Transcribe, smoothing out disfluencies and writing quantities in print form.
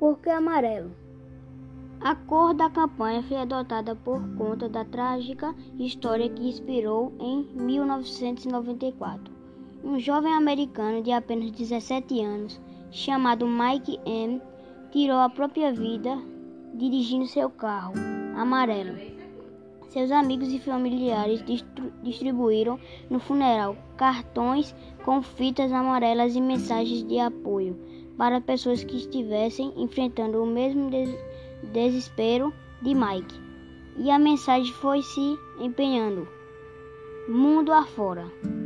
Por que amarelo? A cor da campanha foi adotada por conta da trágica história que inspirou em 1994. Um jovem americano de apenas 17 anos, chamado Mike M., tirou a própria vida dirigindo seu carro amarelo. Seus amigos e familiares distribuíram no funeral cartões com fitas amarelas e mensagens de apoio para pessoas que estivessem enfrentando o mesmo desespero de Mike. E a mensagem foi se empenhando mundo afora.